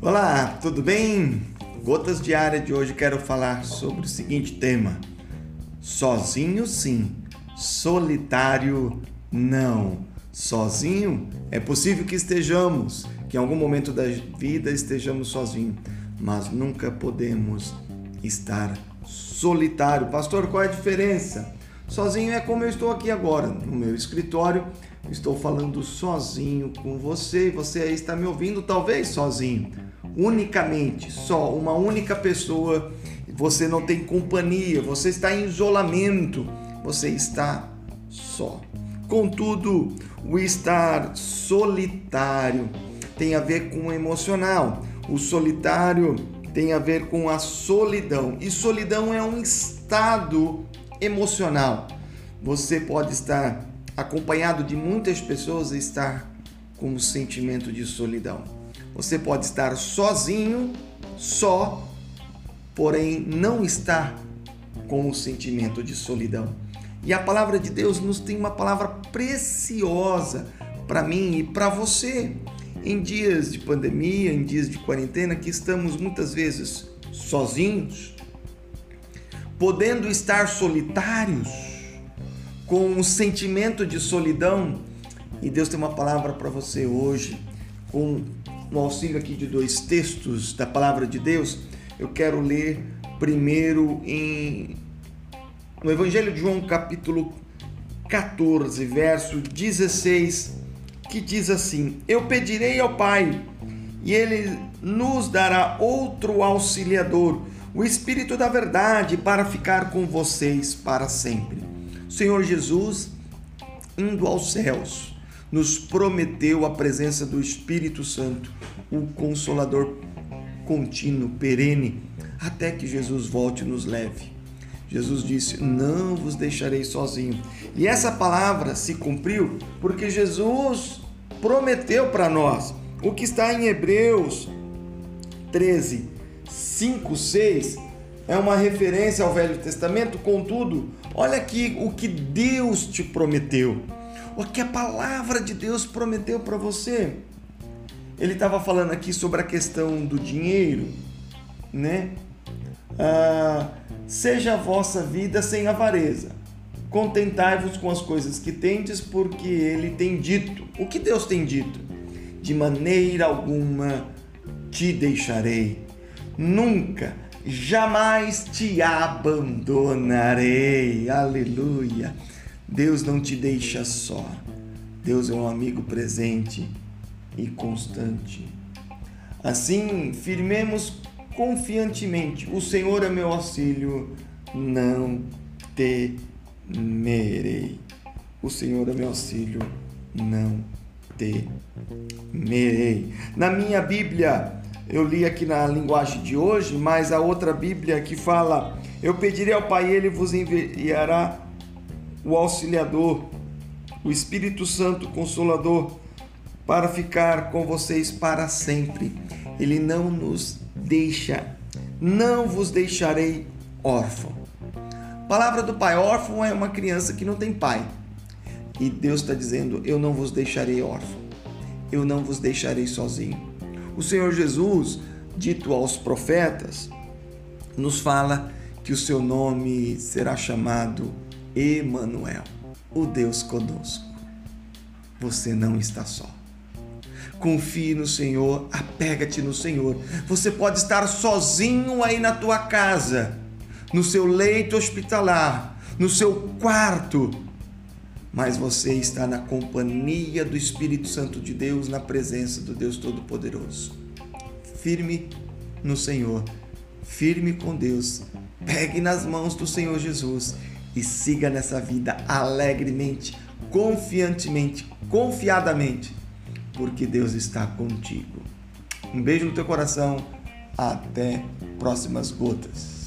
Olá, tudo bem? Gotas Diária de hoje quero falar sobre o seguinte tema: sozinho sim, solitário não. Sozinho é possível que estejamos, que em algum momento da vida estejamos sozinhos, mas nunca podemos estar solitário. Pastor, qual é a diferença? Sozinho é como eu estou aqui agora, no meu escritório, estou falando sozinho com você, você aí está me ouvindo, talvez sozinho, unicamente, só uma única pessoa, você não tem companhia, você está em isolamento, você está só. Contudo, o estar solitário tem a ver com o emocional, o solitário tem a ver com a solidão, e solidão é um estado emocional. Você pode estar acompanhado de muitas pessoas e estar com um sentimento de solidão. Você pode estar sozinho, só, porém não estar com o sentimento de solidão. E a palavra de Deus nos tem uma palavra preciosa para mim e para você. Em dias de pandemia, em dias de quarentena, que estamos muitas vezes sozinhos, podendo estar solitários, com um sentimento de solidão, e Deus tem uma palavra para você hoje, com um auxílio aqui de 2 textos da palavra de Deus. Eu quero ler primeiro no Evangelho de João, capítulo 14, verso 16, que diz assim: Eu pedirei ao Pai, e Ele nos dará outro auxiliador, o Espírito da verdade, para ficar com vocês para sempre. O Senhor Jesus, indo aos céus, nos prometeu a presença do Espírito Santo, o Consolador contínuo, perene, até que Jesus volte e nos leve. Jesus disse: não vos deixarei sozinho. E essa palavra se cumpriu porque Jesus prometeu para nós. O que está em Hebreus 13, 5, 6 é uma referência ao Velho Testamento. Contudo, olha aqui o que Deus te prometeu, o que a palavra de Deus prometeu para você. Ele estava falando aqui sobre a questão do dinheiro, né? Seja a vossa vida sem avareza, contentai-vos com as coisas que tendes, porque Ele tem dito. O que Deus tem dito? De maneira alguma te deixarei, nunca, jamais te abandonarei. Aleluia! Deus não te deixa só. Deus é um amigo presente e constante. Assim, firmemos confiantemente: o Senhor é meu auxílio, não temerei. O Senhor é meu auxílio, não temerei. Na minha Bíblia, eu li aqui na linguagem de hoje, mas a outra Bíblia que fala: eu pedirei ao Pai, Ele vos enviará o auxiliador, o Espírito Santo Consolador, para ficar com vocês para sempre. Ele não nos deixa, não vos deixarei órfão. A palavra do pai órfão é uma criança que não tem pai. E Deus está dizendo: eu não vos deixarei órfão, eu não vos deixarei sozinho. O Senhor Jesus, dito aos profetas, nos fala que o seu nome será chamado Emanuel, o Deus conosco. Você não está só. Confie no Senhor, apega-te no Senhor. Você pode estar sozinho aí na tua casa, no seu leito hospitalar, no seu quarto, mas você está na companhia do Espírito Santo de Deus, na presença do Deus Todo-Poderoso. Firme no Senhor, firme com Deus. Pegue nas mãos do Senhor Jesus e siga nessa vida alegremente, confiantemente, confiadamente, porque Deus está contigo. Um beijo no teu coração. Até próximas gotas.